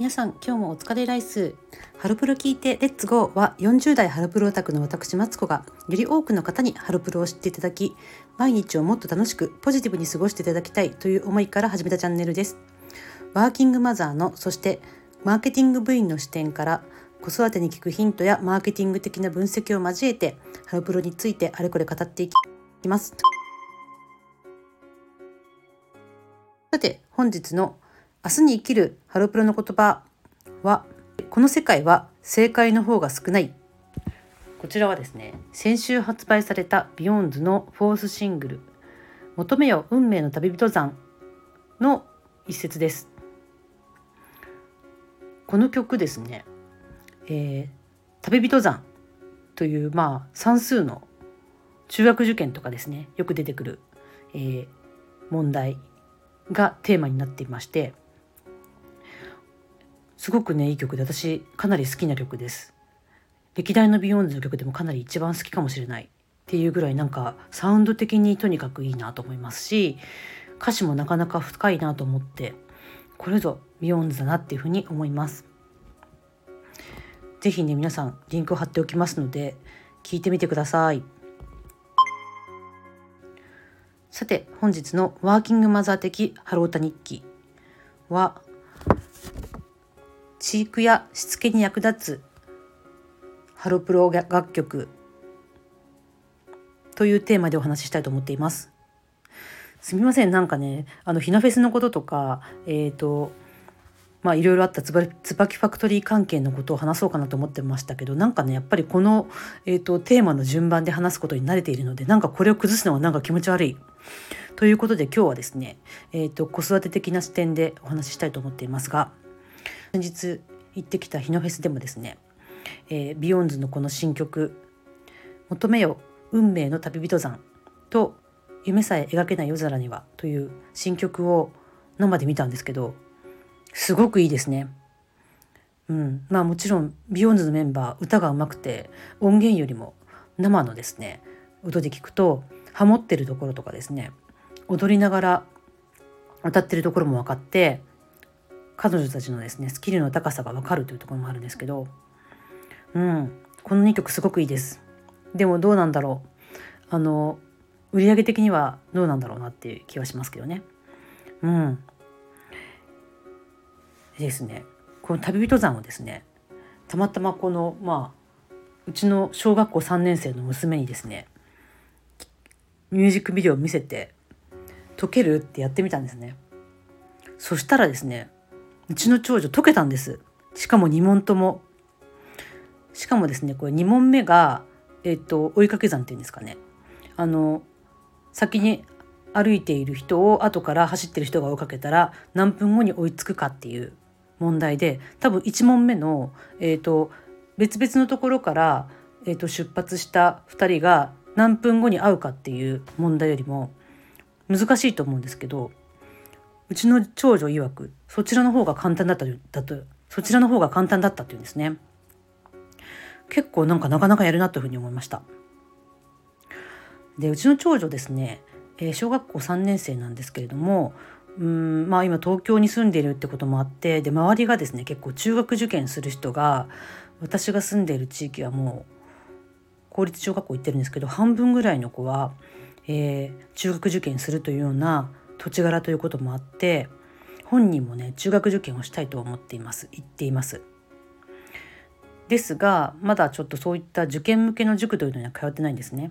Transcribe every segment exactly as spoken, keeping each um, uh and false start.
皆さん今日もお疲れライス。ハロプロ聞いてレッツゴーはよんじゅう代ハロプロオタクの私マツコがより多くの方にハロプロを知っていただき、毎日をもっと楽しくポジティブに過ごしていただきたいという思いから始めたチャンネルです。ワーキングマザーの、そしてマーケティング部員の視点から子育てに効くヒントやマーケティング的な分析を交えてハロプロについてあれこれ語っていきます。さて本日の明日に生きるハロプロの言葉は、この世界は正解の方が少ない。こちらはですね、先週発売されたビヨンズのフォースシングル求めよ運命の旅人山の一節です。この曲ですね、えー、旅人山というまあ算数の中学受験とかですね、よく出てくる、えー、問題がテーマになっていまして、すごくねいい曲で、私かなり好きな曲です。歴代のビヨンズの曲でもかなり一番好きかもしれないっていうぐらい、なんかサウンド的にとにかくいいなと思いますし、歌詞もなかなか深いなと思って、これぞビヨンズだなっていうふうに思います。ぜひね皆さんリンクを貼っておきますので聞いてみてください。さて本日のワーキングマザー的ハロータ日記は、飼育やしつけに役立つハロプロ楽曲というテーマでお話ししたいと思っています。すみません、なんかねあのひなフェスのこととかえっ、ー、とまあいろいろあったつばつばきファクトリー関係のことを話そうかなと思ってましたけど、なんかねやっぱりこの、えー、とテーマの順番で話すことに慣れているので、なんかこれを崩すのはなんか気持ち悪いということで、今日はですね、えー、と子育て的な視点でお話ししたいと思っていますが、先日行ってきたヒノフェスでもですね、えー、ビヨンズのこの新曲求めよ運命の旅人山と夢さえ描けない夜空にはという新曲を生で見たんですけど、すごくいいですね。うん、まあもちろんビヨンズのメンバー歌が上手くて、音源よりも生のですね音で聞くとハモってるところとかですね、踊りながら歌ってるところも分かって、彼女たちのですねスキルの高さが分かるというところもあるんですけど、うん、このにきょくすごくいいです。でもどうなんだろう、あの売上的にはどうなんだろうなっていう気はしますけどね。うんですね、この旅人山をですね、たまたまこのまあうちの小学校さんねん生の娘にですねミュージックビデオを見せて、解けるってやってみたんですね。そしたらですね、うちの長女解けたんです。しかもに問とも。しかもですね、これに問目が、えっと、追いかけ算っていうんですかね。あの、先に歩いている人を後から走ってる人が追いかけたら何分後に追いつくかっていう問題で、多分いち問目の、えっと、別々のところから、えっと、出発したふたりが何分後に会うかっていう問題よりも難しいと思うんですけど、うちの長女曰くそちらの方が簡単だっただとそちらの方が簡単だったっていうんですね。結構なんかなかなかやるなというふうに思いました。でうちの長女ですね、えー、小学校さんねん生なんですけれども、うーんまあ今東京に住んでいるってこともあって、で周りがですね結構中学受験する人が、私が住んでいる地域はもう公立小学校行ってるんですけど、半分ぐらいの子は、えー、中学受験するというような土地柄ということもあって、本人もね中学受験をしたいと思っています言っています。ですがまだちょっとそういった受験向けの塾というのには通ってないんですね。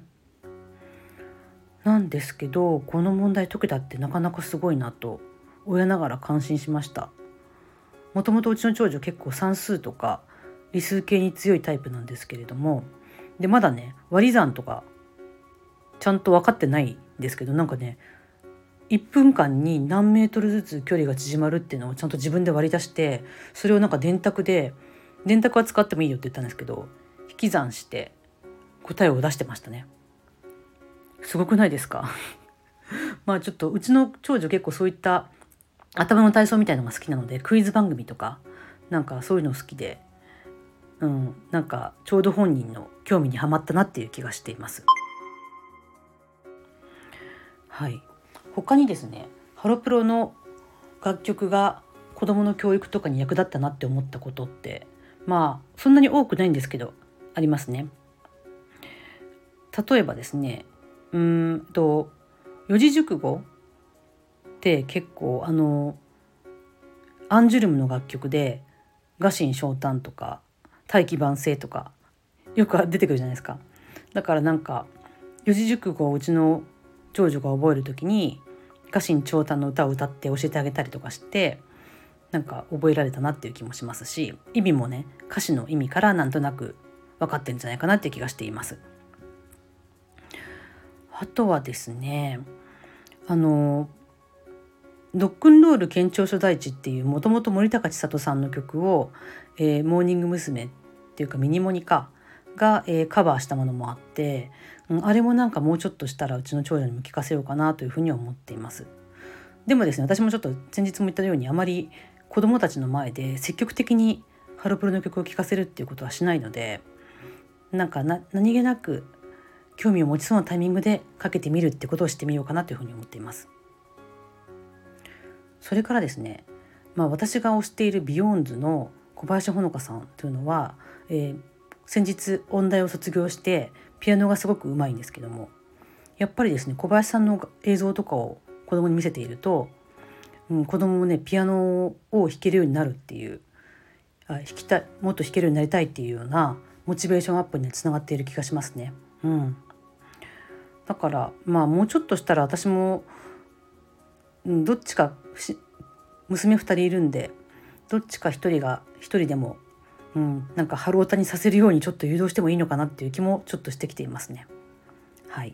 なんですけど、この問題解けたってなかなかすごいなと親ながら感心しました。もともとうちの長女結構算数とか理数系に強いタイプなんですけれども、でまだね割り算とかちゃんと分かってないんですけど、なんかねいっぷんかんに何メートルずつ距離が縮まるっていうのをちゃんと自分で割り出して、それをなんか電卓で、電卓は使ってもいいよって言ったんですけど、引き算して答えを出してましたね。すごくないですかまあちょっとうちの長女結構そういった頭の体操みたいなのが好きなので、クイズ番組とかなんかそういうの好きで、うん、なんかちょうど本人の興味にはまったなっていう気がしています。はい。他にですねハロプロの楽曲が子どもの教育とかに役立ったなって思ったことってまあそんなに多くないんですけどありますね。例えばですねうーんと四字熟語って結構あのアンジュルムの楽曲で臥薪嘗胆とか大器晩成とかよく出てくるじゃないですか。だからなんか四字熟語をうちの長女が覚えるときに臥薪嘗胆の歌を歌って教えてあげたりとかしてなんか覚えられたなっていう気もしますし、意味もね歌詞の意味からなんとなく分かってるんじゃないかなっていう気がしています。あとはですねあのロックンロール県庁所在地っていうもともと森高千里さんの曲を、えー、モーニング娘。っていうかミニモニかが、えー、カバーしたものもあって、うん、あれもなんかもうちょっとしたらうちの長女にも聞かせようかなというふうに思っています。でもですね私もちょっと先日も言ったようにあまり子どもたちの前で積極的にハロプロの曲を聴かせるっていうことはしないのでなんかな何気なく興味を持ちそうなタイミングでかけてみるってことをしてみようかなというふうに思っています。それからですね、まあ、私が推しているビヨーンズの小林ほのかさんというのは、えー、先日音大を卒業してピアノがすごくうまいんですけどもやっぱりですね小林さんの映像とかを子供に見せていると、うん、子供もねピアノを弾けるようになるっていうあ弾きたいもっと弾けるようになりたいっていうようなモチベーションアップにつながっている気がしますね。うん、だからまあもうちょっとしたら私も、うん、どっちか娘ふたりいるんでどっちかひとりがひとりでも、うん、なんか春歌にさせるようにちょっと誘導してもいいのかなっていう気もちょっとしてきていますね。はい。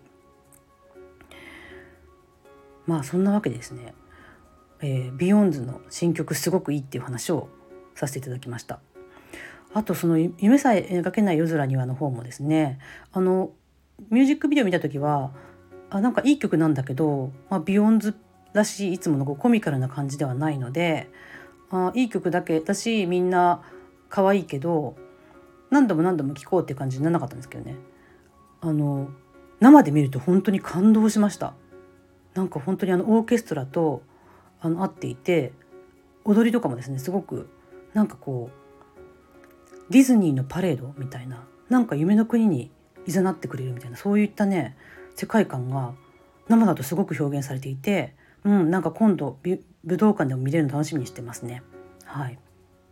まあそんなわけでですね、えー、ビヨンズの新曲すごくいいっていう話をさせていただきました。あとその夢さえ描けない夜空にはの方もですねあのミュージックビデオ見た時はあなんかいい曲なんだけど、まあ、ビヨンズらしいいつものこうコミカルな感じではないのであいい曲だけだしみんな可愛いけど何度も何度も聴こうっていう感じにならなかったんですけどねあの生で見ると本当に感動しました。なんか本当にあのオーケストラとあの合っていて踊りとかもですねすごくなんかこうディズニーのパレードみたいななんか夢の国にいざなってくれるみたいなそういったね世界観が生だとすごく表現されていて、うん、なんか今度武道館でも見れるの楽しみにしてますね。はい。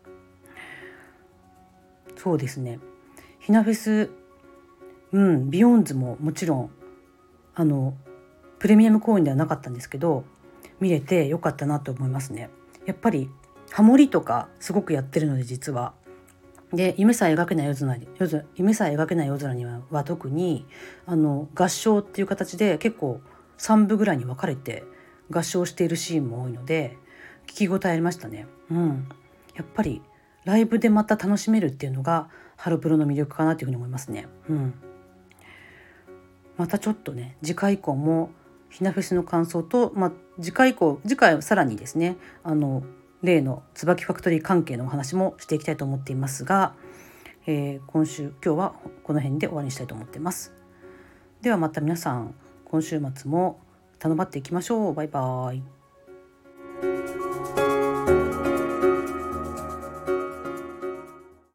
そうですね。ひなフェス、うん、ビヨンズももちろんあのプレミアム公演ではなかったんですけど見れてよかったなと思いますね。やっぱりハモリとかすごくやってるので実はで夢さえ描けない夜空に夜空夢さえ描けない夜空には、は特にあの合唱っていう形で結構さん部ぐらいに分かれて合唱しているシーンも多いので聞き応えありましたね。うん、やっぱりライブでまた楽しめるっていうのがハロプロの魅力かなというふうに思いますね。うん、またちょっとね次回以降もひなフェスの感想と、まあ、次回以降次回さらにですねあの例の椿ファクトリー関係のお話もしていきたいと思っていますが、えー、今週今日はこの辺で終わりにしたいと思っています。ではまた皆さん今週末も頼まっていきましょう。バイバイ。